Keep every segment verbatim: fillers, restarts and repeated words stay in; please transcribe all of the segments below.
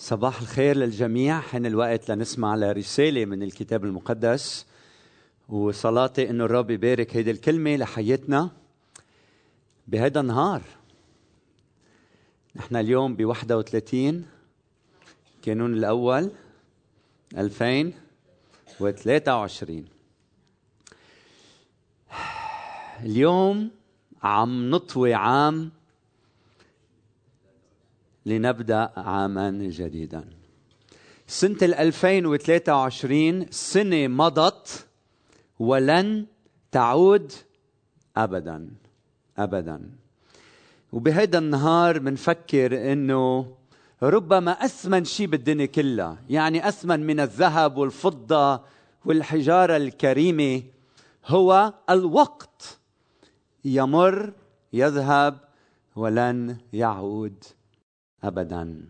صباح الخير للجميع. حين الوقت لنسمع رسالة من الكتاب المقدس، وصلاتي إنه الرب يبارك هيدي الكلمة لحياتنا بهذا النهار. نحن اليوم ب واحد وثلاثين كانون الأول ألفين وثلاثة وعشرين. اليوم عم نطوي عام لنبدأ عاما جديدا. سنة الألفين وثلاثة وعشرين سنة مضت ولن تعود أبدا أبدا. وبهذا النهار منفكر إنه ربما أثمن شيء بالدنيا كلها، يعني أثمن من الذهب والفضة والحجارة الكريمة، هو الوقت. يمر يذهب ولن يعود أبداً.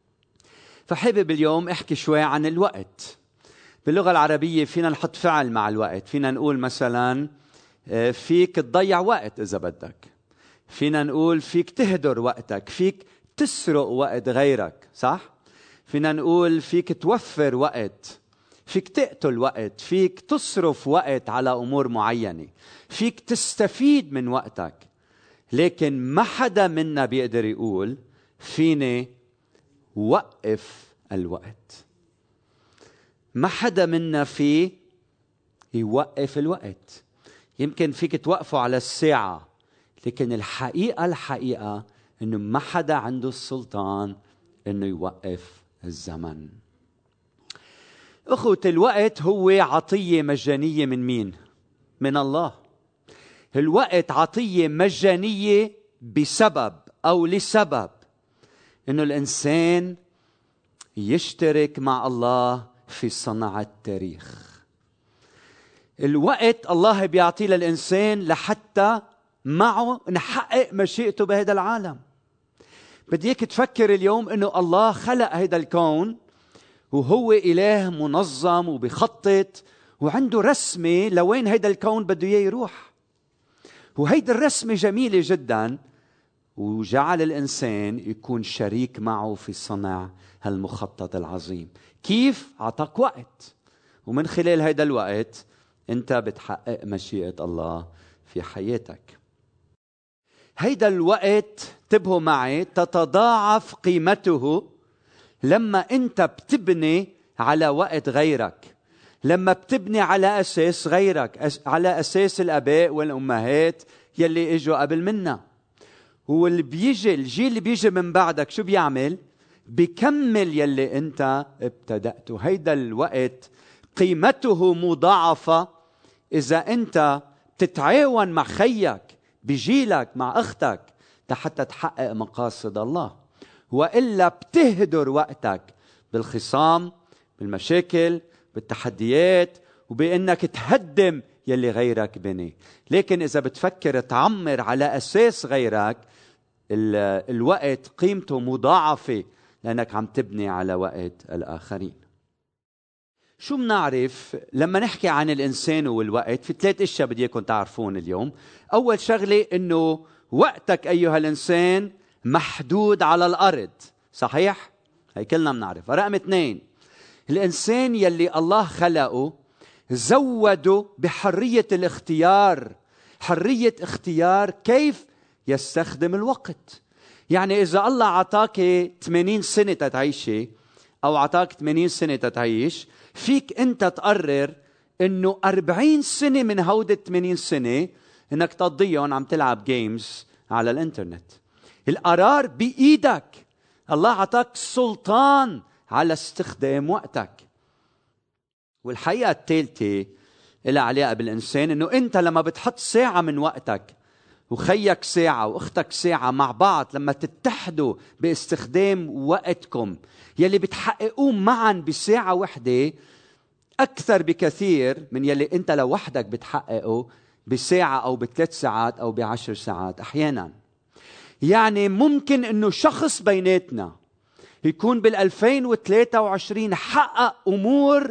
فحابب اليوم احكي شوي عن الوقت. باللغة العربية فينا نحط فعل مع الوقت. فينا نقول مثلاً فيك تضيع وقت إذا بدك، فينا نقول فيك تهدر وقتك، فيك تسرق وقت غيرك، صح؟ فينا نقول فيك توفر وقت، فيك تقتل وقت، فيك تصرف وقت على أمور معينة، فيك تستفيد من وقتك. لكن ما حدا منا بيقدر يقول فيني وقف الوقت. ما حدا منا فيه يوقف الوقت. يمكن فيك توقفه على الساعة، لكن الحقيقة الحقيقة إنه ما حدا عنده السلطان إنه يوقف الزمن. أخوة، الوقت هو عطية مجانية من مين؟ من الله. الوقت عطية مجانية بسبب أو لسبب إنه الإنسان يشترك مع الله في صنع التاريخ. الوقت الله بيعطيه للإنسان لحتى معه نحقق مشيئته بهذا العالم. بدي اياك تفكر اليوم إنه الله خلق هذا الكون، وهو إله منظم وبيخطط وعنده رسمة لوين هذا الكون بده إياه يروح. وهيدي الرسمة جميلة جدا، وجعل الإنسان يكون شريك معه في صنع هالمخطط العظيم. كيف؟ عطاك وقت، ومن خلال هذا الوقت أنت بتحقق مشيئة الله في حياتك. هيدا الوقت، انتبهوا معي، تتضاعف قيمته لما أنت بتبني على وقت غيرك، لما بتبني على أساس غيرك، على أساس الآباء والأمهات يلي إجوا قبل منا. واللي بيجي الجيل اللي بيجي من بعدك شو بيعمل؟ بيكمل يلي أنت ابتدأته. هيدا الوقت قيمته مضاعفة إذا أنت تتعاون مع خيك بجيلك مع أختك حتى تحقق مقاصد الله، وإلا بتهدر وقتك بالخصام، بالمشاكل، بالتحديات، وبأنك تهدم يلي غيرك بني. لكن إذا بتفكر تعمر على أساس غيرك، الوقت قيمته مضاعفة لأنك عم تبني على وقت الآخرين. شو منعرف لما نحكي عن الإنسان والوقت؟ في ثلاث أشياء بدي أياكم تعرفون اليوم. أول شغلة إنه وقتك أيها الإنسان محدود على الأرض، صحيح؟ هي كلنا منعرف. رقم اثنين، الإنسان يلي الله خلقه زوده بحرية الاختيار، حرية اختيار كيف يستخدم الوقت. يعني إذا الله عطاك ثمانين سنة تتعيشي أو عطاك ثمانين سنة تتعيش، فيك أنت تقرر إنه أربعين سنة من هودة ثمانين سنة إنك تقضيهم عم تلعب جيمز على الإنترنت. القرار بإيدك. الله عطاك سلطان على استخدام وقتك. والحقيقة الثالثة إلها علاقة بالإنسان، إنه أنت لما بتحط ساعة من وقتك وخيك ساعة وأختك ساعة مع بعض، لما تتحدوا باستخدام وقتكم يلي بتحققوه معا بساعة واحدة، أكثر بكثير من يلي أنت لوحدك بتحققه بساعة أو بثلاث ساعات أو بعشر ساعات أحيانا. يعني ممكن إنه شخص بيناتنا يكون بالألفين وثلاثة وعشرين حقق أمور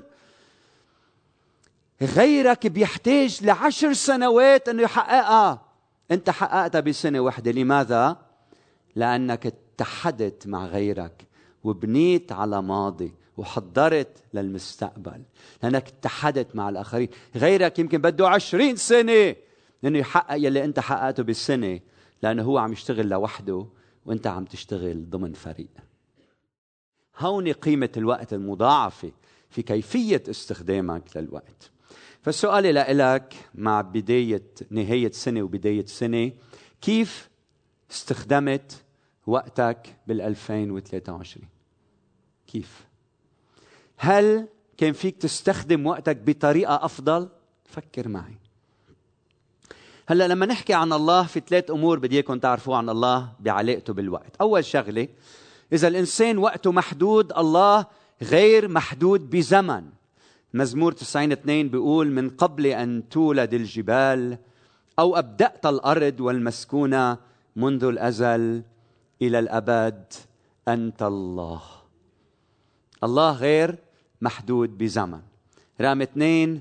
غيرك بيحتاج لعشر سنوات إنه يحققها، أنت حققتها بسنة واحدة. لماذا؟ لأنك اتحدت مع غيرك وبنيت على ماضي وحضرت للمستقبل، لأنك اتحدت مع الآخرين. غيرك يمكن بده عشرين سنة إنه يحقق يلي أنت حققته بالسنة، لأنه هو عم يشتغل لوحده وأنت عم تشتغل ضمن فريق. هون قيمة الوقت المضاعفة في كيفية استخدامك للوقت. فالسؤال لك مع بداية نهاية سنة وبداية سنة، كيف استخدمت وقتك بالألفين وثلاثة وعشرين؟ كيف؟ هل كان فيك تستخدم وقتك بطريقة أفضل؟ فكر معي. هلأ لما نحكي عن الله في ثلاث أمور بدي إياكم تعرفوا عن الله بعلاقته بالوقت. أول شغلة، إذا الإنسان وقته محدود، الله غير محدود بزمن. مزمور تسعين اثنين بيقول: من قبل أن تولد الجبال أو أبدأت الأرض والمسكونة منذ الأزل إلى الأبد أنت الله. الله غير محدود بزمن. رقم اثنين،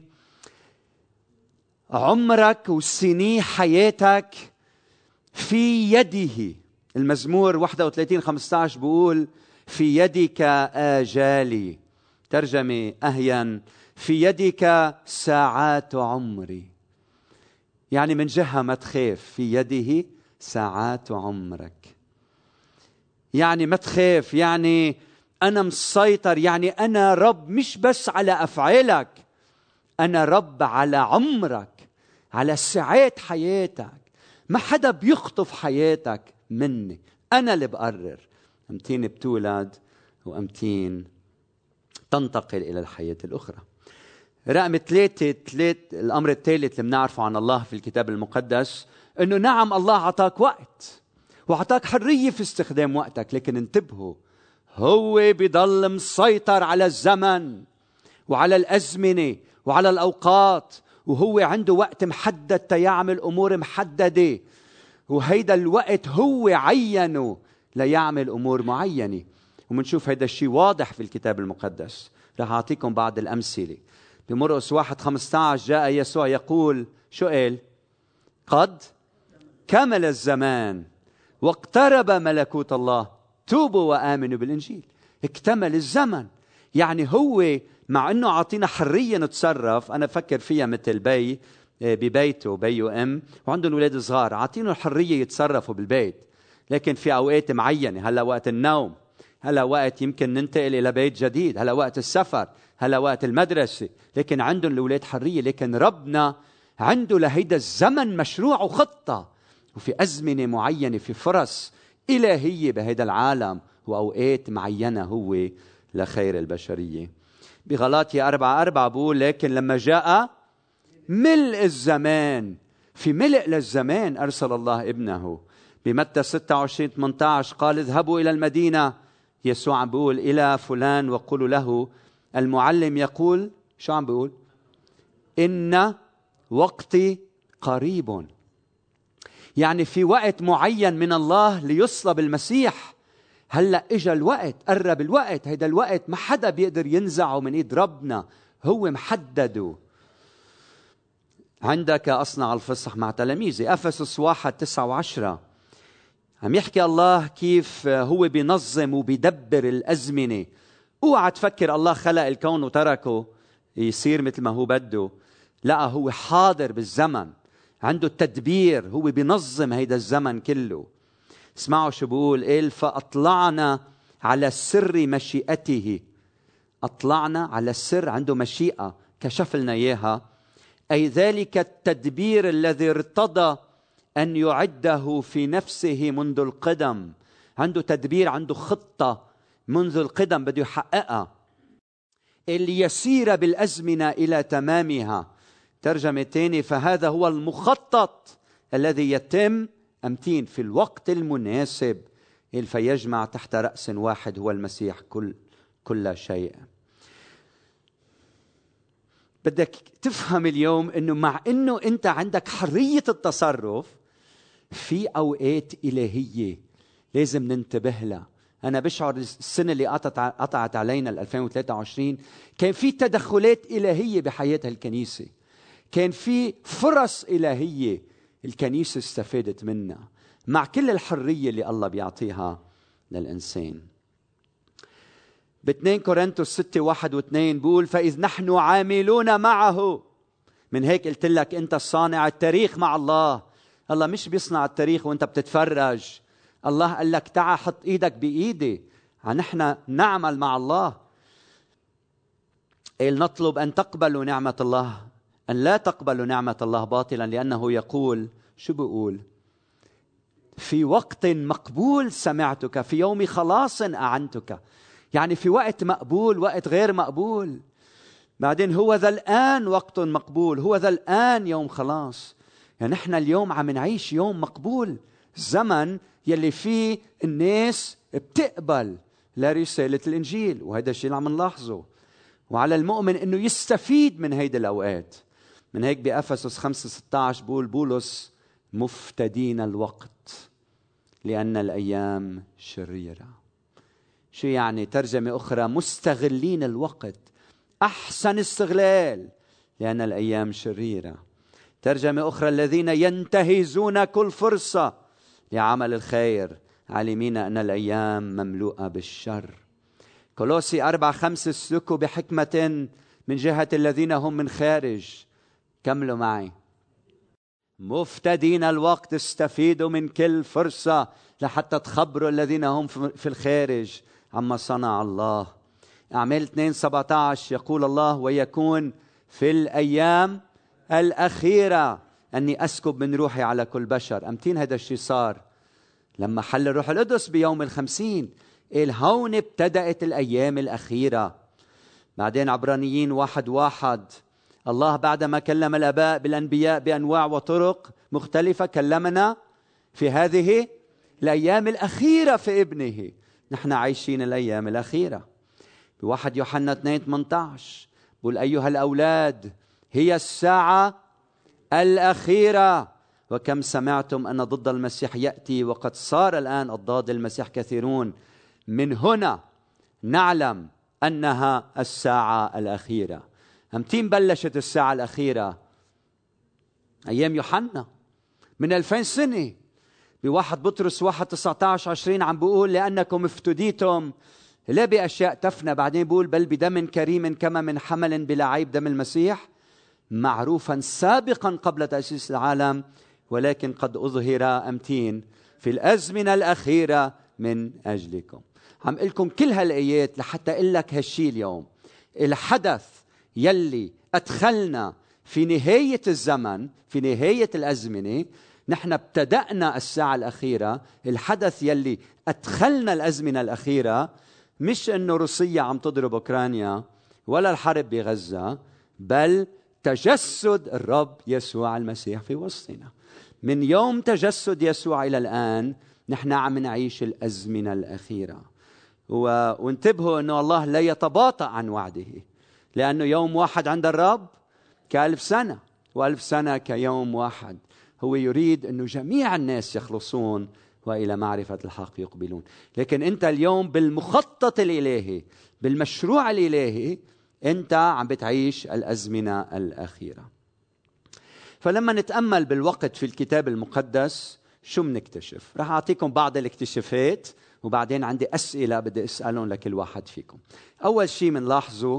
عمرك وسنين حياتك في يده. المزمور واحد وثلاثين خمسة عشر بيقول: في يدك آجالي. ترجمة أهين: في يدك ساعات عمري. يعني من جهة ما تخاف، في يده ساعات عمرك. يعني ما تخاف، يعني أنا مسيطر، يعني أنا رب مش بس على أفعالك، أنا رب على عمرك، على ساعات حياتك. ما حدا بيخطف حياتك مني، أنا اللي بقرر أمتين بتولد وأمتين تنتقل إلى الحياة الأخرى. رقم ثلاثة، ثلاث الأمر الثالث اللي بنعرفه عن الله في الكتاب المقدس، أنه نعم الله عطاك وقت وعطاك حرية في استخدام وقتك، لكن انتبهوا، هو بيضل مسيطر على الزمن وعلى الأزمنة وعلى الأوقات، وهو عنده وقت محدد تيعمل أمور محددة، وهيدا الوقت هو عينه ليعمل أمور معينة. ومنشوف هيدا الشيء واضح في الكتاب المقدس. رح أعطيكم بعض الأمثلة. بمرقس واحد خمسة عشر جاء يسوع يقول، شو قال؟ قد كمل الزمان واقترب ملكوت الله، توبوا وآمنوا بالإنجيل. اكتمل الزمن، يعني هو مع أنه عطينا حرية نتصرف. أنا فكر فيها مثل بي ببيته، بي وأم وعندهم أولاد صغار، عطينه الحرية يتصرفوا بالبيت، لكن في أوقات معينة. هلا وقت النوم، هلا وقت يمكن ننتقل إلى بيت جديد، هلا وقت السفر، هلا وقت المدرسة، لكن عندهم الأولاد حرية. لكن ربنا عنده لهيدا الزمن مشروع وخطة، وفي أزمنة معينة، في فرص إلهية بهيدا العالم، وأوقات معينة هو لخير البشرية. بغلاطية أربعة أربعة بقول: لكن لما جاء ملء الزمان، في ملء للزمان أرسل الله ابنه. بمتى ستة وعشرين ثمانية عشر قال: اذهبوا إلى المدينة. يسوع عم بيقول إلى فلان وقولوا له المعلم يقول، شو عم بيقول؟ إن وقتي قريب. يعني في وقت معين من الله ليصلب المسيح. هلأ إجا الوقت، قرب الوقت. هيدا الوقت ما حدا بيقدر ينزعه من إيد ربنا، هو محدده. عندك أصنع الفصح مع تلاميذي. أفسس واحد تسعة وعشرة عم يحكي الله كيف هو بينظم وبيدبر الأزمنة. اوعى تفكر الله خلق الكون وتركه يصير مثل ما هو بده. لا، هو حاضر بالزمن، عنده التدبير، هو بينظم هيدا الزمن كله. اسمعوا شو بقول، قال: فأطلعنا على سر مشيئته. أطلعنا على السر، عنده مشيئة كشف لنا إياها، أي ذلك التدبير الذي ارتضى أن يعده في نفسه منذ القدم. عنده تدبير، عنده خطة منذ القدم بده يحققها، اللي يسير بالأزمنة إلى تمامها. ترجمة تاني: فهذا هو المخطط الذي يتم أمتين في الوقت المناسب، فيجمع تحت رأس واحد هو المسيح كل كل شيء. بدك تفهم اليوم أنه مع أنه أنت عندك حرية التصرف، في أوقات إلهية لازم ننتبه لها. أنا بشعر السنة اللي قطعت علينا ألفين وثلاثة وعشرين كان في تدخلات إلهية بحياة الكنيسة، كان في فرص إلهية الكنيسة استفادت منها، مع كل الحرية اللي الله بيعطيها للإنسان. باثنين كورنثوس ستة واحد واثنين بقول فإذ نحن عاملون معه. من هيك قلت لك أنت صانع التاريخ مع الله. الله مش بيصنع التاريخ وأنت بتتفرج. الله قال لك تعا حط إيدك بإيدي. نحن نعمل مع الله. نطلب أن تقبلوا نعمة الله، أن لا تقبلوا نعمة الله باطلا، لأنه يقول شو بيقول؟ في وقت مقبول سمعتك، في يوم خلاص أعنتك. يعني في وقت مقبول، وقت غير مقبول. بعدين هو ذا الآن وقت مقبول، هو ذا الآن يوم خلاص. يعني نحن اليوم عم نعيش يوم مقبول، زمن يلي فيه الناس بتقبل لرسالة الإنجيل، وهذا الشيء اللي عم نلاحظه. وعلى المؤمن أنه يستفيد من هيدا الأوقات. من هيك بأفسس خمسة ستة عشر بقول بولس مفتدين الوقت لأن الأيام شريرة. شو يعني؟ ترجمة أخرى مستغلين الوقت أحسن استغلال لأن الأيام شريرة. ترجمة أخرى الذين ينتهزون كل فرصة لعمل الخير عالمين أن الأيام مملوءة بالشر. كولوسي أربعة خمسة اسلكوا بحكمة من جهة الذين هم من خارج. كملوا معي. مفتدين الوقت، استفيدوا من كل فرصة لحتى تخبروا الذين هم في الخارج عما صنع الله. أعمال اثنين سبعة عشر يقول الله ويكون في الأيام الأخيرة أني أسكب من روحي على كل بشر. أمتين هذا الشيء صار لما حل الروح القدس بيوم الخمسين. هون ابتدأت الأيام الأخيرة. بعدين عبرانيين واحد واحد الله بعدما كلم الآباء بالأنبياء بأنواع وطرق مختلفة كلمنا في هذه الأيام الأخيرة في ابنه. نحن عايشين الأيام الأخيرة. بواحد يوحنا اثنين ثمانية عشر بقول أيها الأولاد هي الساعة الأخيرة وكم سمعتم أن ضد المسيح يأتي وقد صار الآن أضداد المسيح كثيرون. من هنا نعلم أنها الساعة الأخيرة. همتين بلشت الساعة الأخيرة؟ أيام يوحنا من ألفين سنة. بواحد بطرس واحد تسعة عشر عشرين عم بيقول لأنكم افتديتم لا بأشياء تفنى. بعدين بيقول بل بدم كريم كما من حمل بلا عيب دم المسيح معروفا سابقا قبل تأسيس العالم ولكن قد أظهر أمتين في الأزمنة الأخيرة من أجلكم. عم قلكم كل هالآيات لحتى أقول لك هالشي اليوم. الحدث يلي أدخلنا في نهاية الزمن، في نهاية الأزمنة، نحن ابتدأنا الساعة الأخيرة. الحدث يلي أدخلنا الأزمنة الأخيرة مش أنه روسيا عم تضرب أوكرانيا ولا الحرب بغزة، بل تجسد الرب يسوع المسيح في وسطنا. من يوم تجسد يسوع إلى الآن نحن عم نعيش الأزمنة الأخيرة. و... وانتبهوا أنه الله لا يتباطأ عن وعده، لأنه يوم واحد عند الرب كألف سنة وألف سنة كيوم واحد. هو يريد أنه جميع الناس يخلصون وإلى معرفة الحق يقبلون. لكن أنت اليوم بالمخطط الإلهي، بالمشروع الإلهي، أنت عم بتعيش الأزمنة الأخيرة. فلما نتأمل بالوقت في الكتاب المقدس شو منكتشف؟ رح أعطيكم بعض الاكتشافات وبعدين عندي أسئلة بدي أسألهم لكل واحد فيكم. أول شيء منلاحظه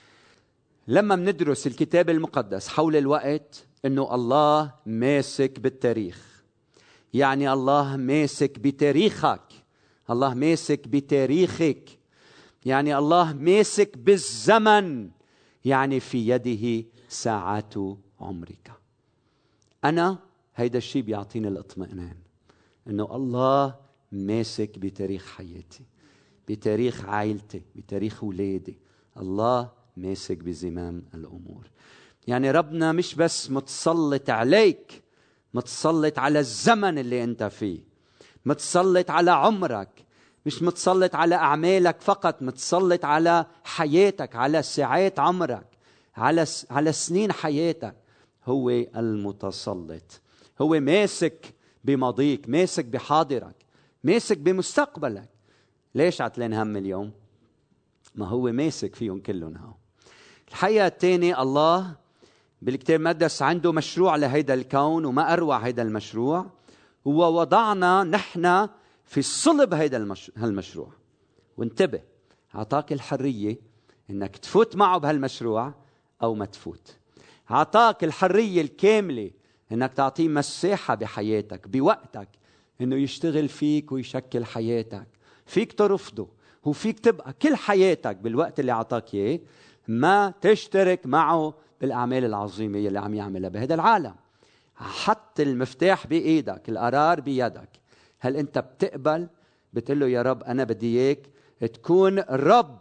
لما مندرس الكتاب المقدس حول الوقت إنه الله ماسك بالتاريخ. يعني الله ماسك بتاريخك، الله ماسك بتاريخك، يعني الله ماسك بالزمن، يعني في يده ساعات عمرك. أنا هيدا الشيء بيعطيني الاطمئنان إنه الله ماسك بتاريخ حياتي، بتاريخ عائلتي، بتاريخ أولادي. الله ماسك بزمام الأمور. يعني ربنا مش بس متسلط عليك، متسلط على الزمن اللي أنت فيه، متسلط على عمرك، مش متسلط على أعمالك فقط، متسلط على حياتك، على ساعات عمرك، على على سنين حياتك. هو المتسلط، هو ماسك بماضيك، ماسك بحاضرك، ماسك بمستقبلك. ليش عتلين هم اليوم؟ ما هو ماسك فيهم كلهم. هاو الحقيقة الثانية، الله بالكتاب المقدس عنده مشروع لهيدا الكون، وما أروع هيدا المشروع. هو وضعنا نحن في صلب هيدا المش... هالمشروع. وانتبه، أعطاك الحرية إنك تفوت معه بهالمشروع أو ما تفوت. أعطاك الحرية الكاملة إنك تعطيه مساحة بحياتك بوقتك إنه يشتغل فيك ويشكل حياتك. فيك ترفضه وفيك تبقى كل حياتك بالوقت اللي أعطاك إياه ما تشترك معه بالأعمال العظيمة اللي عم يعملها بهذا العالم. حط المفتاح بإيدك، القرار بيدك. هل أنت بتقبل؟ بتقول له يا رب أنا بدي إياك تكون رب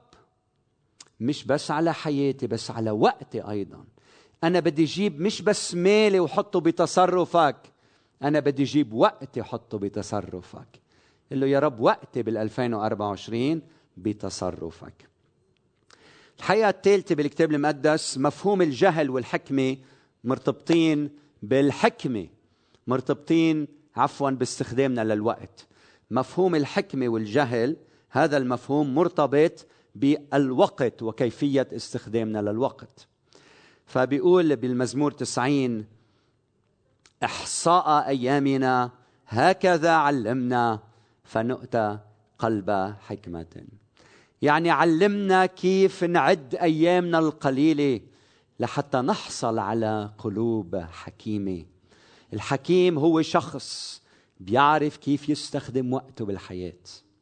مش بس على حياتي بس على وقتي أيضا. أنا بدي جيب مش بس مالي وحطه بتصرفك، أنا بدي جيب وقتي حطه بتصرفك. قل له يا رب وقتي بالألفين وأربعة وعشرين بتصرفك. الحقيقة الثالثة بالكتاب المقدس مفهوم الجهل والحكمة مرتبطين بالحكمة، مرتبطين عفوا باستخدامنا للوقت. مفهوم الحكمة والجهل هذا المفهوم مرتبط بالوقت وكيفية استخدامنا للوقت. فبيقول بالمزمور تسعين إحصاء أيامنا هكذا علمنا فنؤتى قلب حكمة. يعني علمنا كيف نعد أيامنا القليلة لحتى نحصل على قلوب حكيمة. الحكيم هو شخص بيعرف كيف يستخدم وقته بالحياة،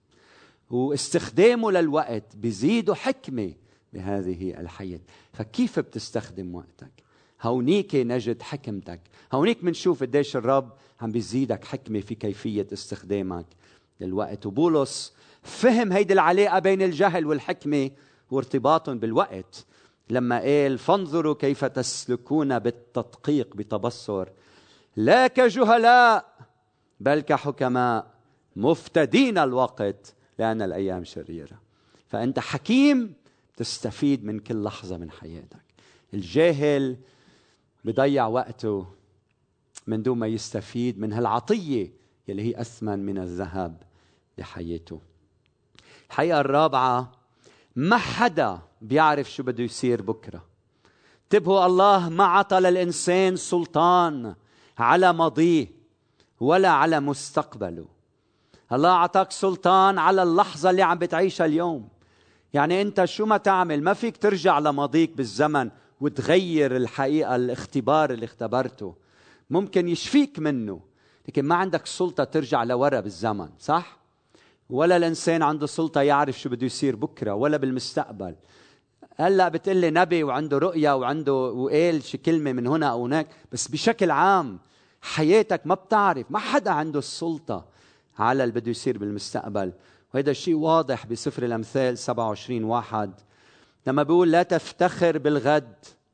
واستخدامه للوقت بيزيده حكمة بهذه الحياة. فكيف بتستخدم وقتك؟ هونيك نجد حكمتك، هونيك منشوف قديش الرب عم بيزيدك حكمة في كيفية استخدامك للوقت. وبولس فهم هيدي العلاقة بين الجهل والحكمة وارتباطهم بالوقت لما قال فانظروا كيف تسلكون بالتدقيق بتبصر لا كجهلاء بل كحكماء مفتدين الوقت لأن الأيام شريرة. فأنت حكيم تستفيد من كل لحظة من حياتك. الجاهل بيضيع وقته من دون ما يستفيد من هالعطية اللي هي أثمن من الذهب لحياته. الحقيقة الرابعة ما حدا بيعرف شو بده يصير بكرة. انتبهوا، الله ما عطى للإنسان سلطان على ماضيه ولا على مستقبله. الله عطاك سلطان على اللحظة اللي عم بتعيشها اليوم. يعني أنت شو ما تعمل ما فيك ترجع لماضيك بالزمن وتغير الحقيقة. الاختبار اللي اختبرته ممكن يشفيك منه، لكن ما عندك سلطة ترجع لورا بالزمن، صح؟ ولا الإنسان عنده سلطة يعرف شو بده يصير بكرة ولا بالمستقبل. هلأ بتقلي نبي وعنده رؤية وعنده وقال شي كلمة من هنا أو هناك، بس بشكل عام حياتك ما بتعرف. ما حدا عنده السلطة على اللي بده يصير بالمستقبل. وهذا الشيء واضح بسفر الأمثال سبعة وعشرين واحد لما بيقول لا تفتخر بالغد.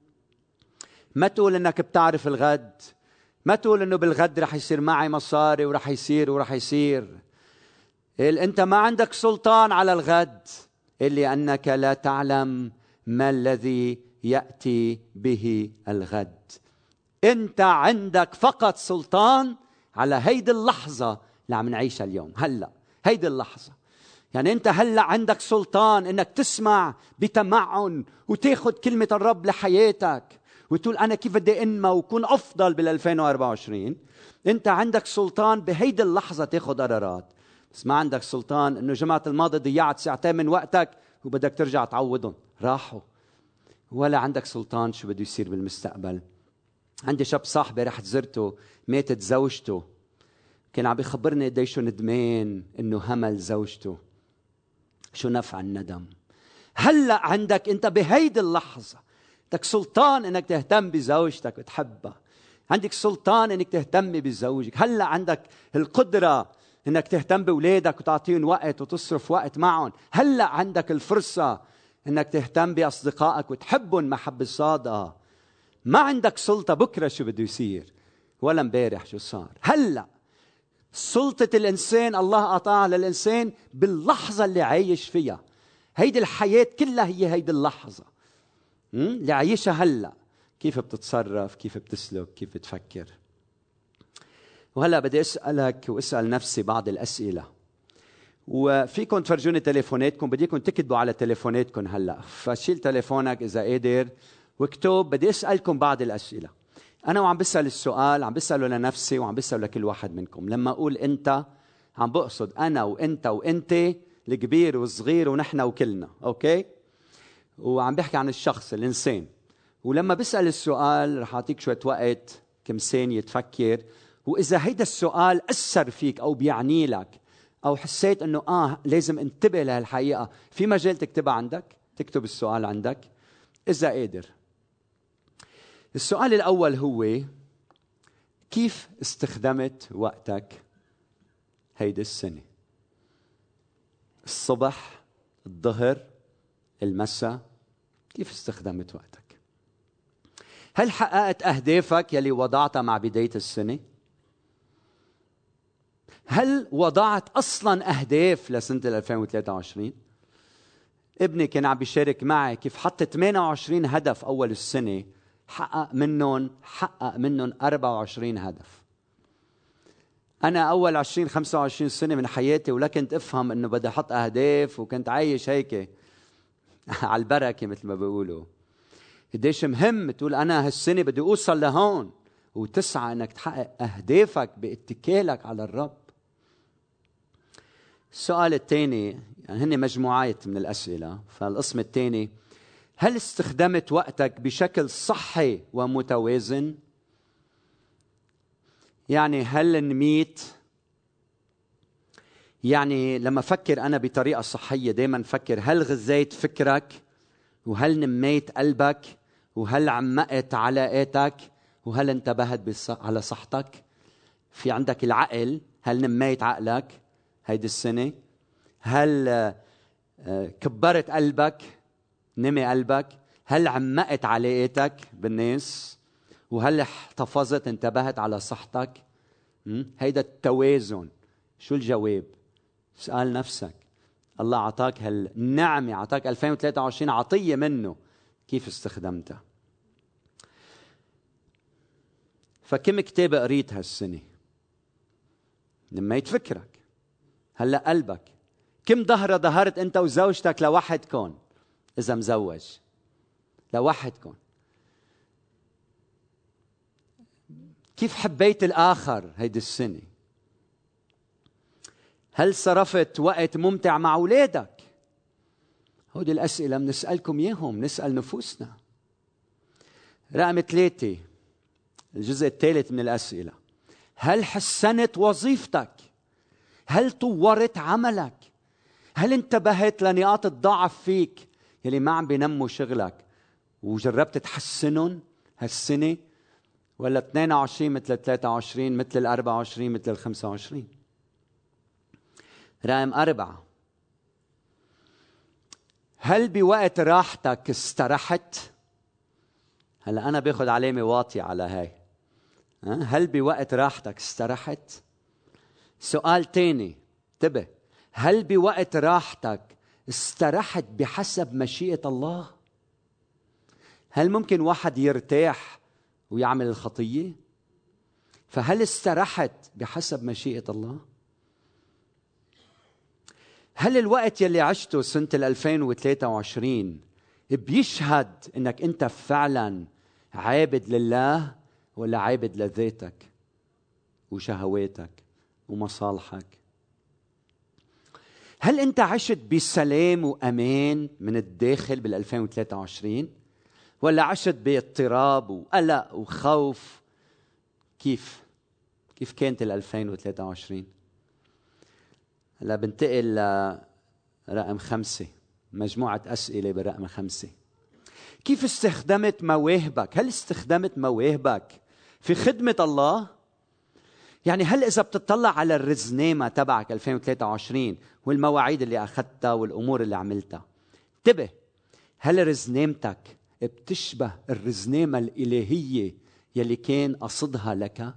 ما تقول انك بتعرف الغد، ما تقول انه بالغد رح يصير معي مصاري ورح يصير ورح يصير. انت ما عندك سلطان على الغد إلا أنك لا تعلم ما الذي يأتي به الغد. انت عندك فقط سلطان على هيدي اللحظة اللي عم نعيشها اليوم. هلأ هيدي اللحظة، يعني انت هلأ عندك سلطان انك تسمع بتمعن وتاخد كلمة الرب لحياتك وتقول أنا كيف بدي أنمى وكون أفضل بالألفين وأربعة وعشرين. انت عندك سلطان بهيدي اللحظة تاخد قرارات، بس ما عندك سلطان انه جماعة الماضي ضيعت ساعتين من وقتك وبدك ترجع تعوضهم، راحوا. ولا عندك سلطان شو بده يصير بالمستقبل. عندي شاب صاحبي رحت زرته، ماتت زوجته، كان عم بيخبرني قديش ندمان انه همل زوجته. شو نفع الندم؟ هلا عندك انت بهيدي اللحظة عندك سلطان انك تهتم بزوجتك وتحبها، عندك سلطان انك تهتم بزوجك. هلا عندك القدرة انك تهتم باولادك وتعطيهم وقت وتصرف وقت معهم. هلا عندك الفرصة انك تهتم باصدقائك وتحبهم محبة صادقة. ما عندك سلطة بكرة شو بده يصير ولا امبارح شو صار. هلا سلطة الإنسان الله أعطاها للإنسان باللحظة اللي عايش فيها. هيدي الحياة كلها هي هيدي اللحظة اللي عايشها هلا. كيف بتتصرف، كيف بتسلك، كيف بتفكر. وهلا بدي أسألك وأسأل نفسي بعض الأسئلة، وفيكم تفرجوني تليفوناتكم. بديكم تكتبوا على تليفوناتكم هلا، فشيل تليفونك إذا قادر واكتب. بدي أسألكم بعض الأسئلة. أنا وعم بسأل السؤال عم بسأله لنفسي وعم بسأله لكل واحد منكم. لما أقول أنت عم بقصد أنا وأنت وأنت الكبير والصغير ونحن وكلنا، أوكي؟ وعم بحكي عن الشخص الإنسان. ولما بسأل السؤال رح أعطيك شوية وقت كم ثانية تفكر، وإذا هيدا السؤال أثر فيك أو بيعني لك أو حسيت أنه آه لازم انتبه لهالحقيقة، في مجال تكتبها عندك، تكتب السؤال عندك إذا قادر. السؤال الأول هو: كيف استخدمت وقتك هيدي السنة؟ الصبح، الظهر، المساء، كيف استخدمت وقتك؟ هل حققت أهدافك يلي وضعتها مع بداية السنة؟ هل وضعت أصلاً أهداف لسنة ألفين وثلاثة وعشرين؟ ابني كان عم بيشارك معي كيف حط ثمانية وعشرين هدف أول السنة، حقق منهم حقق منهم أربعة وعشرين هدف. أنا أول عشرين خمسة وعشرين سنة من حياتي ولا كنت أفهم إنه بدي أحط أهداف، وكنت عايش هيك على البركة مثل ما بيقولوا. قديش مهم تقول أنا هالسنة بدي أوصل لهون، وتسعى إنك تحقق أهدافك باتكالك على الرب. السؤال الثاني، يعني هن مجموعات من الأسئلة، فالقسم الثاني: هل استخدمت وقتك بشكل صحي ومتوازن؟ يعني هل نميت؟ يعني لما فكر أنا بطريقة صحية دايما فكر: هل غذيت فكرك؟ وهل نميت قلبك؟ وهل عمقت علاقاتك؟ وهل انتبهت على صحتك؟ في عندك العقل، هل نميت عقلك هيدي السنة؟ هل كبرت قلبك؟ نمي قلبك؟ هل عمقت علاقاتك بالناس؟ وهل احتفظت انتبهت على صحتك؟ هيدا التوازن. شو الجواب؟ اسأل نفسك. الله عطاك هالنعمة، عطاك ألفين وثلاثة وعشرين عطية منه، كيف استخدمتها؟ فكم كتاب قريت هالسنة؟ نميت فكرك؟ هلأ قلبك؟ كم ظهرة ظهرت أنت وزوجتك لوحدكم إذا مزوج؟ لوحدكم. كيف حبيت الآخر هيدي السنة؟ هل صرفت وقت ممتع مع أولادك؟ هودي الأسئلة بنسألكم إياهم، نسأل نفوسنا. رقم ثلاثة، الجزء الثالث من الأسئلة: هل حسنت وظيفتك؟ هل طورت عملك؟ هل انتبهت لنقاط الضعف فيك يلي ما عم بينموا شغلك وجربت تحسنهم هالسنة؟ ولا اثنين وعشرين مثل ثلاثة وعشرين مثل الأربعة وعشرين مثل الخمسة وعشرين؟ رقم أربعة: هل بوقت راحتك استرحت؟ هلا أنا باخد علامة واطية على هاي. هل بوقت راحتك استرحت؟ سؤال تاني، انتبه: هل بوقت راحتك استرحت بحسب مشيئة الله؟ هل ممكن واحد يرتاح ويعمل الخطية؟ فهل استرحت بحسب مشيئة الله؟ هل الوقت يلي عشته سنة ألفين وثلاثة وعشرين بيشهد انك انت فعلا عابد لله ولا عابد لذاتك وشهواتك ومصالحك؟ هل انت عشت بسلام وامان من الداخل بال ألفين وثلاثة وعشرين ولا عشت باضطراب وقلق وخوف؟ كيف كيف كانت ال ألفين وثلاثة وعشرين؟ هلا بنتقل لرقم خمسة، مجموعة أسئلة برقم خمسة: كيف استخدمت مواهبك؟ هل استخدمت مواهبك في خدمة الله؟ يعني هل إذا بتطلع على الرزنامة تبعك ألفين وثلاثة وعشرين والمواعيد اللي أخذتها والأمور اللي عملتها، انتبه، هل رزنامتك بتشبه الرزنامة الإلهية يلي كان قصدها لك؟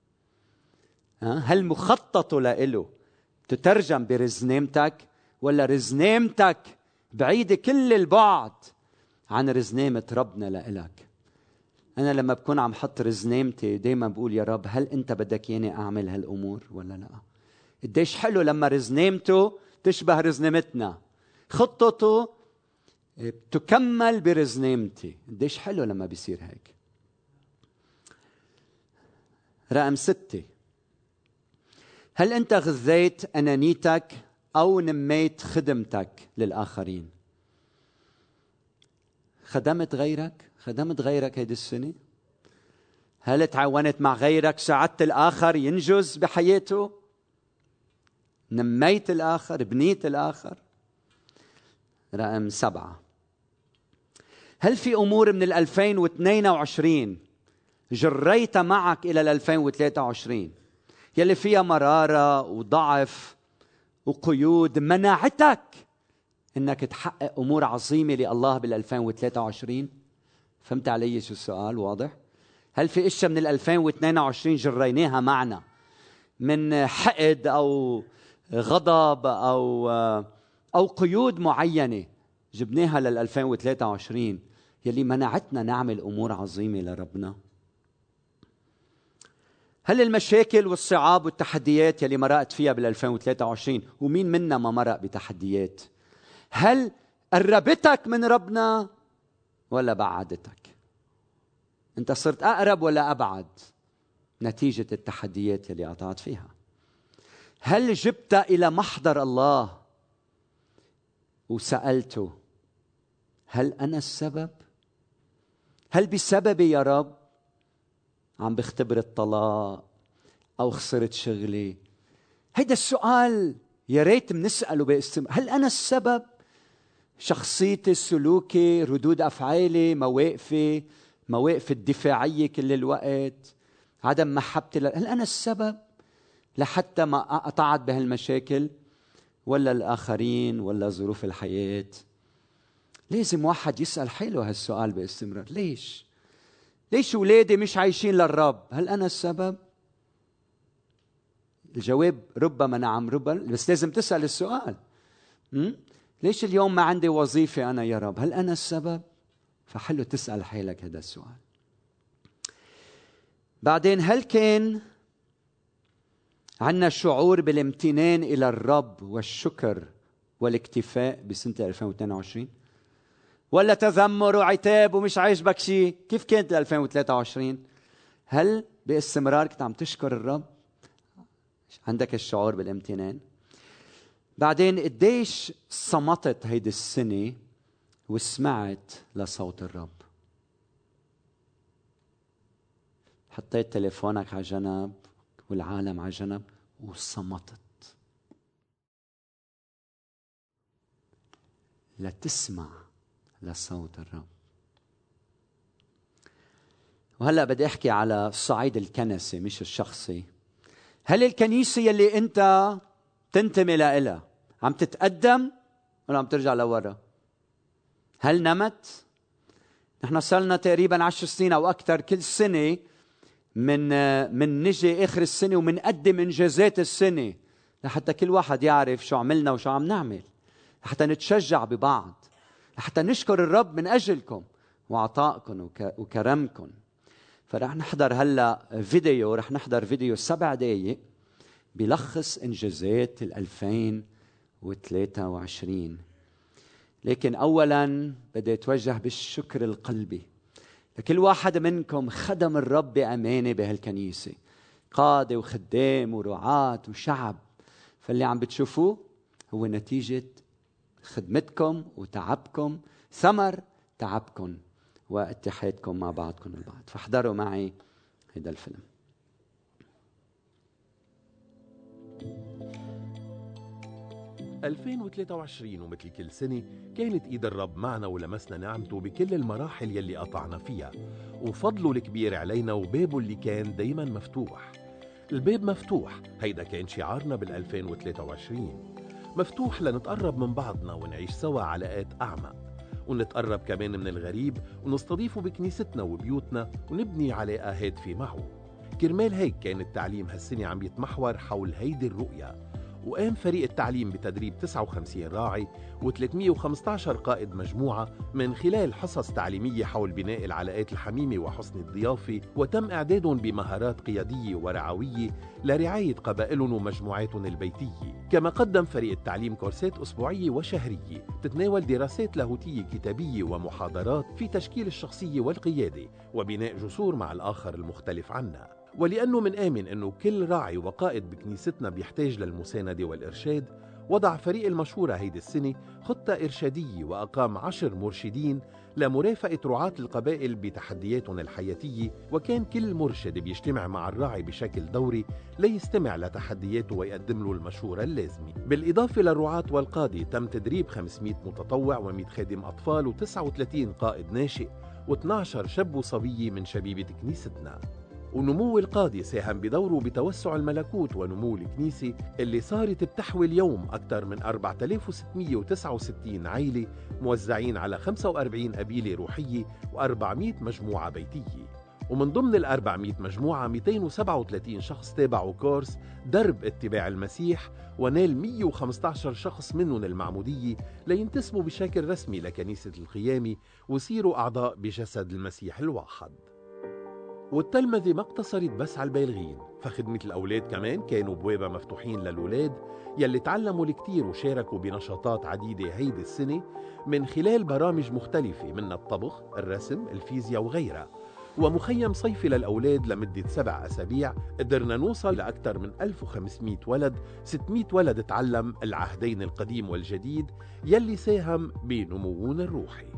هل مخططه لإله تترجم برزنامتك ولا رزنامتك بعيدة كل البعد عن رزنامة ربنا لإلك؟ أنا لما بكون عم حط رزنامتي دايما بقول: يا رب، هل أنت بدك ياني أعمل هالأمور ولا لا؟ قديش حلو لما رزنامته تشبه رزنامتنا، خطته تكمل برزنامتي. قديش حلو لما بيصير هيك. رقم ستة: هل أنت غذيت أنانيتك أو نميت خدمتك للآخرين؟ خدمت غيرك؟ خدمت غيرك هيدي السنة؟ هل تعاونت مع غيرك؟ ساعدت الآخر ينجز بحياته؟ نميت الآخر؟ بنيت الآخر؟ رقم سبعة، هل في أمور من الألفين واثنين وعشرين جريت معك إلى الألفين وثلاثة وعشرين يلي فيها مرارة وضعف وقيود منعتك إنك تحقق أمور عظيمة لله بالألفين وثلاثة وعشرين؟ فهمت علي شو السؤال؟ واضح؟ هل في إشياء من الألفين واثنين وعشرين جريناها معنا من حقد أو غضب أو أو قيود معينة جبناها للألفين وثلاثة وعشرين يلي منعتنا نعمل أمور عظيمة لربنا؟ هل المشاكل والصعاب والتحديات يلي مرقت فيها بالألفين وثلاثة وعشرين، ومين منا ما مرق بتحديات، هل قربتك من ربنا ولا بعدتك؟ أنت صرت أقرب ولا أبعد نتيجة التحديات يلي قطعت فيها؟ هل جبت إلى محضر الله وسألته هل أنا السبب؟ هل بسببي يا رب عم بختبر الطلاق أو خسرت شغلي؟ هيدا السؤال يا ريت بنسأله باستمرار. هل أنا السبب؟ شخصيتي، سلوكي، ردود أفعالي، مواقفي، مواقف الدفاعية كل الوقت، عدم محبتي، هل أنا السبب لحتى ما قطعت بهالمشاكل، ولا الآخرين، ولا ظروف الحياة؟ لازم واحد يسأل حاله هالسؤال باستمرار. ليش؟ ليش أولادي مش عايشين للرب؟ هل أنا السبب؟ الجواب ربما نعم ربما، بس لازم تسأل السؤال. م? ليش اليوم ما عندي وظيفة أنا يا رب؟ هل أنا السبب؟ فحلو تسأل حالك هذا السؤال. بعدين، هل كان عندنا شعور بالامتنان إلى الرب والشكر والاكتفاء بسنة ألفين واثنين وعشرين؟ ولا تذمر وعتاب ومش عاجبك شيء؟ كيف كانت ألفين وثلاثة وعشرين؟ هل باستمرار كنت عم تشكر الرب؟ عندك الشعور بالامتنان؟ بعدين، قديش صمتت هيدي السنة وسمعت لصوت الرب؟ حطيت تليفونك على جنب والعالم على جنب وصمتت لتسمع لصوت الرب. وهلأ بدي أحكي على الصعيد الكنسي مش الشخصي. هل الكنيسة يلي أنت تنتمي لها عم تتقدم ولا عم ترجع لورا؟ هل نمت؟ نحن صلنا تقريبا عشر سنين أو أكثر كل سنة من من نجي آخر السنة ومنقدم إنجازات السنة لحتى كل واحد يعرف شو عملنا وشو عم نعمل، لحتى نتشجع ببعض، لحتى نشكر الرب من أجلكم وعطائكم وكرمكم. فرح نحضر هلأ فيديو، رح نحضر فيديو سبع دقايق بيلخص إنجازات الألفين وثلاثة وعشرين. لكن أولاً بدي أتوجه بالشكر القلبي لكل واحد منكم خدم الرب بأمانة بهالكنيسة، قادة وخدام ورعاة وشعب. فاللي عم بتشوفوه هو نتيجة خدمتكم وتعبكم، ثمر تعبكم واتحادكم مع بعضكم البعض. فاحضروا معي هذا الفيلم. ألفين وثلاثة وعشرين ومثل كل سنة كانت إيد الرب معنا ولمسنا نعمته بكل المراحل يلي قطعنا فيها، وفضله الكبير علينا وبابه اللي كان دايما مفتوح. الباب مفتوح، هيدا كان شعارنا بالألفين وثلاثة وعشرين. مفتوح لنتقرب من بعضنا ونعيش سوا علاقات أعمق، ونتقرب كمان من الغريب ونستضيفه بكنيستنا وبيوتنا ونبني علاقة هادفة معه. كرمال هيك كان التعليم هالسنة عم يتمحور حول هيدي الرؤية، وقام فريق التعليم بتدريب تسعة وخمسين راعي وثلاثمئة وخمسة عشر قائد مجموعة من خلال حصص تعليمية حول بناء العلاقات الحميمة وحسن الضيافة، وتم إعدادهم بمهارات قيادية ورعوية لرعاية قبائلهم ومجموعاتهم البيتية. كما قدم فريق التعليم كورسات أسبوعية وشهرية تتناول دراسات لاهوتية كتابية ومحاضرات في تشكيل الشخصية والقيادة وبناء جسور مع الآخر المختلف عنا. ولأنه من آمن أنه كل راعي وقائد بكنيستنا بيحتاج للمساندة والإرشاد، وضع فريق المشورة هيدي السنة خطة إرشادية وأقام عشر مرشدين لمرافقة رعاة القبائل بتحدياتهم الحياتية، وكان كل مرشد بيجتمع مع الراعي بشكل دوري ليستمع لتحدياته ويقدم له المشورة اللازمة. بالإضافة للرعاة والقادة تم تدريب خمسمئة متطوع ومئة خادم أطفال وتسعة وثلاثين قائد ناشئ واثنعش شاب وصبية من شبيبة كنيستنا. ونمو القاضي ساهم بدوره بتوسع الملكوت ونمو الكنيسة اللي صارت بتحوي اليوم أكثر من أربعة آلاف وستمئة وتسعة وستين عائلة موزعين على خمسة وأربعين قبيلة روحية وأربعمئة مجموعة بيتية. ومن ضمن ال أربعمئة مجموعة مئتين وسبعة وثلاثين شخص تابعوا كورس درب اتباع المسيح، ونال مئة وخمسة عشر شخص منهم المعمودية لينتسبوا بشكل رسمي لكنيسة القيامة ويصيروا أعضاء بجسد المسيح الواحد. والتلمذة ما اقتصرت بس على البالغين، فخدمة الأولاد كمان كانوا بوابة مفتوحين للأولاد يلي تعلموا الكتير وشاركوا بنشاطات عديدة هيدي السنة من خلال برامج مختلفة من الطبخ، الرسم، الفيزياء وغيرها. ومخيم صيفي للأولاد لمدة سبع أسابيع قدرنا نوصل لأكثر من ألف وخمسمئة ولد، ستمئة ولد تعلم العهدين القديم والجديد يلي ساهم بنموون الروحي.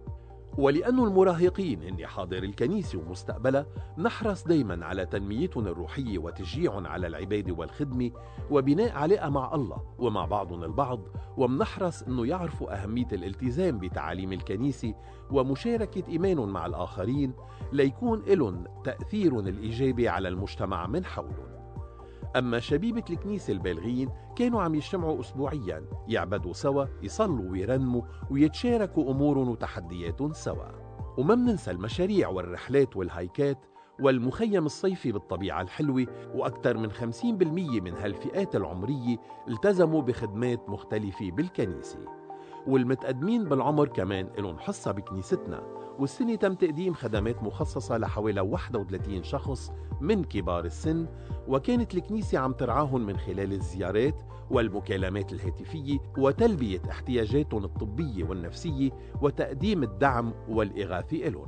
ولأنه المراهقين هن حاضر الكنيسة ومستقبلها، نحرص دايما على تنميتهم الروحية وتشجيعهم على العبادة والخدمة وبناء علاقة مع الله ومع بعضهم البعض، ومنحرص أنه يعرفوا أهمية الالتزام بتعاليم الكنيسة ومشاركة إيمانهم مع الآخرين ليكون لهم تأثير الإيجابي على المجتمع من حولهم. أما شبيبة الكنيسة البالغين كانوا عم يجتمعوا أسبوعياً يعبدوا سوا، يصلوا ويرنموا ويتشاركوا أمورهم وتحدياتهم سوا. وما مننسى المشاريع والرحلات والهايكات والمخيم الصيفي بالطبيعة الحلوة، وأكثر من خمسين بالمئة من هالفئات العمرية التزموا بخدمات مختلفة بالكنيسة. والمتقدمين بالعمر كمان لهم حصة بكنيستنا، والسنة تم تقديم خدمات مخصصة لحوالي واحد وثلاثين شخص من كبار السن، وكانت الكنيسة عم ترعاهم من خلال الزيارات والمكالمات الهاتفية وتلبية احتياجاتهم الطبية والنفسية وتقديم الدعم والإغاثة لهم.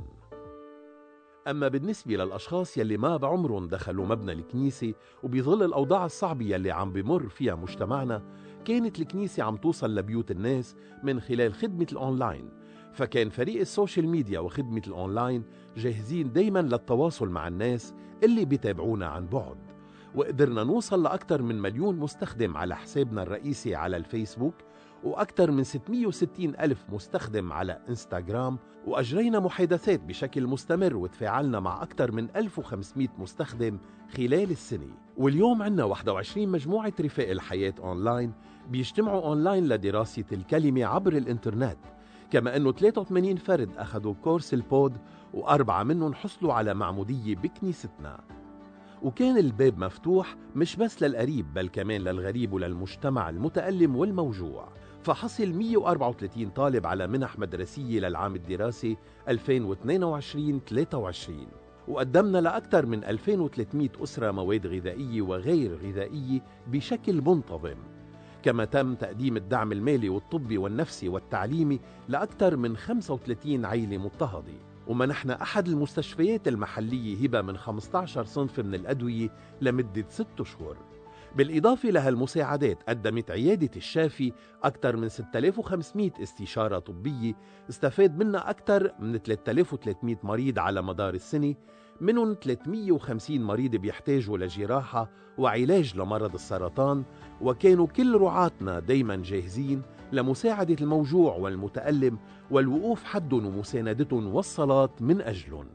أما بالنسبة للأشخاص يلي ما بعمرهم دخلوا مبنى الكنيسة وبظل الأوضاع الصعبة يلي عم بمر فيها مجتمعنا، كانت الكنيسة عم توصل لبيوت الناس من خلال خدمة الأونلاين، فكان فريق السوشيال ميديا وخدمة الأونلاين جاهزين دايما للتواصل مع الناس اللي بيتابعونا عن بعد. وقدرنا نوصل لأكثر من مليون مستخدم على حسابنا الرئيسي على الفيسبوك وأكثر من ستمئة وستين ألف مستخدم على إنستغرام، وأجرينا محادثات بشكل مستمر وتفاعلنا مع أكثر من ألف وخمسمئة مستخدم خلال السنة. واليوم عنا واحد وعشرين مجموعة رفاق الحياة أونلاين بيجتمعوا أونلاين لدراسة الكلمة عبر الإنترنت، كما أنه ثلاثة وثمانين فرد أخذوا كورس البود وأربعة منهم حصلوا على معمودية بكنيستنا. وكان الباب مفتوح مش بس للقريب بل كمان للغريب وللمجتمع المتألم والموجوع، فحصل مئة وأربعة وثلاثين طالب على منح مدرسية للعام الدراسي ألفين واثنين وعشرين ثلاثة وعشرين، وقدمنا لأكثر من ألفين وثلاثمئة أسرة مواد غذائية وغير غذائية بشكل منتظم. كما تم تقديم الدعم المالي والطبي والنفسي والتعليمي لأكثر من خمسة وثلاثين عائلة مضطهدة، ومنحنا أحد المستشفيات المحلية هبة من خمسة عشر صنف من الأدوية لمدة ست شهور. بالإضافة لهالمساعدات قدمت عيادة الشافي أكثر من ستة آلاف وخمسمئة استشارة طبية استفاد منها أكثر من ثلاثة آلاف وثلاثمئة مريض على مدار السنة، منهم ثلاثمئة وخمسين مريض بيحتاجوا لجراحة وعلاج لمرض السرطان، وكانوا كل رعاتنا دايما جاهزين لمساعدة الموجوع والمتألم والوقوف حدهم ومساندتهم والصلاة من أجلهم.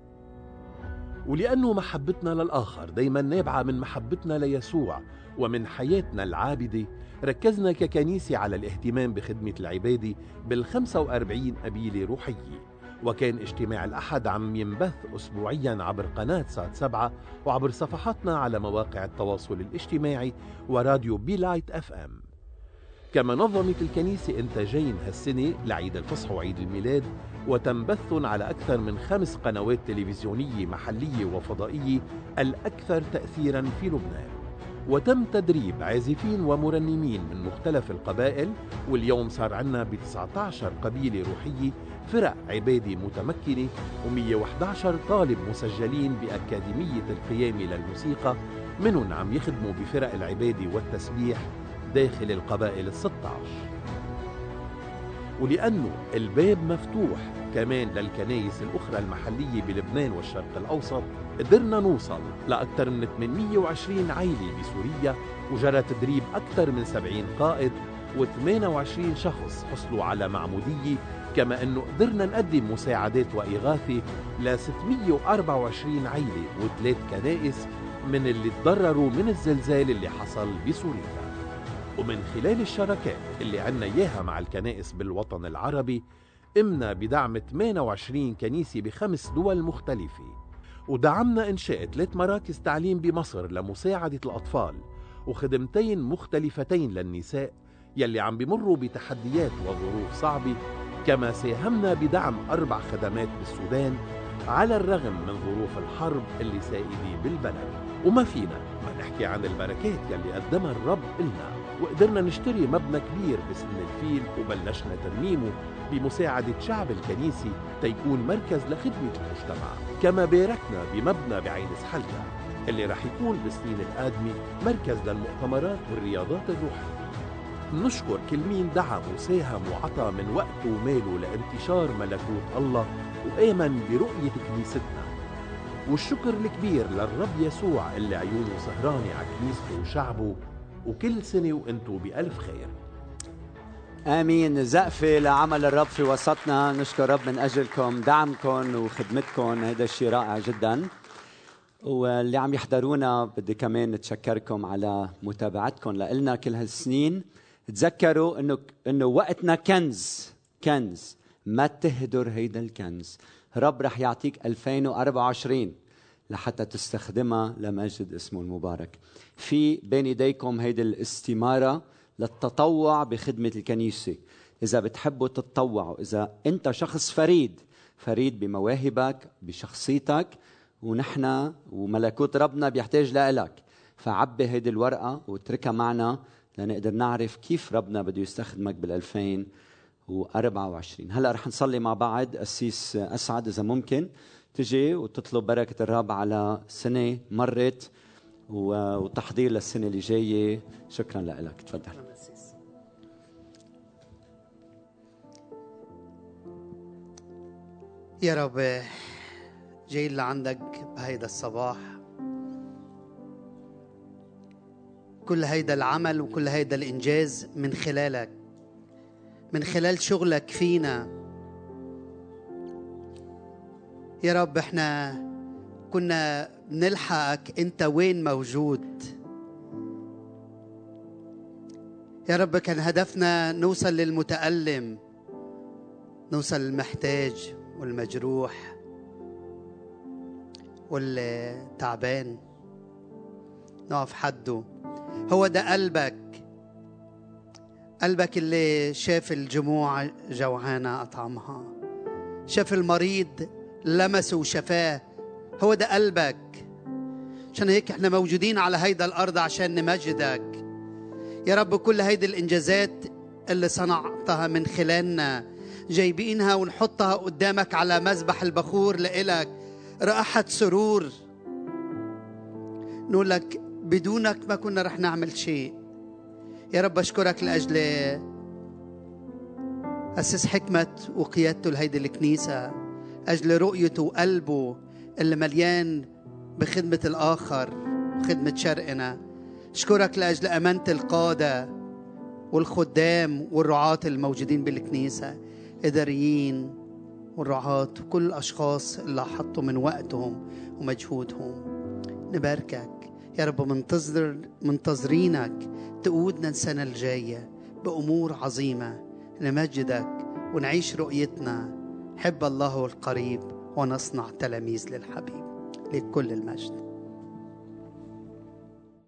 ولأنه محبتنا للآخر دايما نابعة من محبتنا ليسوع ومن حياتنا العابدة، ركزنا ككنيسة على الاهتمام بخدمة العبادة بالخمسة وأربعين قبيلة روحية. وكان اجتماع الأحد عم ينبث أسبوعيا عبر قناة سات سبعة وعبر صفحاتنا على مواقع التواصل الاجتماعي وراديو بي لايت اف ام. كما نظمت الكنيسة إنتاجين هالسنة لعيد الفصح وعيد الميلاد، وتم بثهم على أكثر من خمس قنوات تلفزيونية محلية وفضائية الأكثر تأثيرا في لبنان. وتم تدريب عازفين ومرنمين من مختلف القبائل، واليوم صار عنا ب تسعة عشر قبيلة روحية فرق عبادة متمكنة ومئة وأحد عشر طالب مسجلين بأكاديمية القيام للموسيقى، منهم عم يخدموا بفرق العبادة والتسبيح داخل القبائل الستة عشر. ولأنه الباب مفتوح كمان للكنائس الأخرى المحلية بلبنان والشرق الأوسط، قدرنا نوصل لأكثر من ثمانمئة وعشرين عائلة بسوريا، وجرى تدريب أكثر من سبعين قائد وثمانية وعشرين شخص حصلوا على معمودية. كما أنه قدرنا نقدم مساعدات وإغاثة ل ستمئة وأربعة وعشرين عائلة وثلاث كنائس من اللي تضرروا من الزلزال اللي حصل بسوريا. ومن خلال الشراكات اللي عنا إياها مع الكنائس بالوطن العربي، قمنا بدعم ثمانية وعشرين كنيسة بخمس دول مختلفة، ودعمنا إنشاء ثلاث مراكز تعليم بمصر لمساعدة الأطفال، وخدمتين مختلفتين للنساء يلي عم بمروا بتحديات وظروف صعبة. كما ساهمنا بدعم أربع خدمات بالسودان على الرغم من ظروف الحرب اللي سائدة بالبلد. وما فينا ما نحكي عن البركات يلي قدمها الرب إلنا، وقدرنا نشتري مبنى كبير بسن الفيل وبلشنا ترميمه بمساعدة شعب الكنيسة تيكون مركز لخدمة المجتمع. كما باركنا بمبنى بعين سحلة اللي رح يكون بالسنين القادمة مركز للمؤتمرات والرياضات الروحية. نشكر كل مين دعم وساهم وعطى من وقته وماله لانتشار ملكوت الله وآمن برؤية كنيستنا. والشكر الكبير للرب يسوع اللي عيونه سهرانة على كنيسته وشعبه، وكل سنة وانتو بألف خير. آمين. زقفة لعمل الرب في وسطنا. نشكر رب من أجلكم، دعمكم وخدمتكم، هذا الشيء رائع جدا. واللي عم يحضرونا بدي كمان نتشكركم على متابعتكم لنا كل هالسنين. تذكروا انه انه وقتنا كنز، كنز ما تهدر هيدا الكنز. رب رح يعطيك ألفين وأربعة وعشرين لحتى تستخدمها لمجد اسمه المبارك. في بين ايديكم هيدي الاستمارة للتطوع بخدمة الكنيسة. إذا بتحبوا تتطوعوا، إذا أنت شخص فريد فريد بمواهبك بشخصيتك، ونحن وملكوت ربنا بيحتاج لإلك، فعبي هيدي الورقة واتركها معنا لنقدر نعرف كيف ربنا بده يستخدمك بالألفين وأربعة وعشرين. هلأ رح نصلي مع بعض. أسيس أسعد إذا ممكن تجي وتطلب بركة الرب على سنة مرت وتحضير للسنة اللي جاية. شكرا لك. تفضل. يا رب جاي لعندك بهيدا الصباح، كل هيدا العمل وكل هيدا الإنجاز من خلالك، من خلال شغلك فينا يا رب. احنا كنا بنلحقك انت وين موجود يا رب. كان هدفنا نوصل للمتألم، نوصل للمحتاج والمجروح والتعبان، نقف حده. هو ده قلبك، قلبك اللي شاف الجموع جوعانة أطعمها، شاف المريض لمسه وشفاه. هو ده قلبك. عشان هيك احنا موجودين على هيدا الأرض عشان نمجدك يا رب. كل هيدي الإنجازات اللي صنعتها من خلالنا جايبينها ونحطها قدامك على مذبح البخور لإلك، رائحة سرور. نقول لك بدونك ما كنا رح نعمل شيء يا رب. أشكرك لأجل أسس حكمة وقيادته لهيدي الكنيسة، أجل رؤيته وقلبه اللي مليان بخدمة الآخر وخدمة شرقنا. أشكرك لأجل أمانة القادة والخدام والرعاة الموجودين بالكنيسة، إداريين والرعاة وكل الأشخاص اللي حطوا من وقتهم ومجهودهم. نباركك يا رب. منتظر منتظرينك تقودنا السنة الجاية بأمور عظيمة، نمجدك ونعيش رؤيتنا. حب الله القريب ونصنع تلاميذ للحبيب. لكل المجد.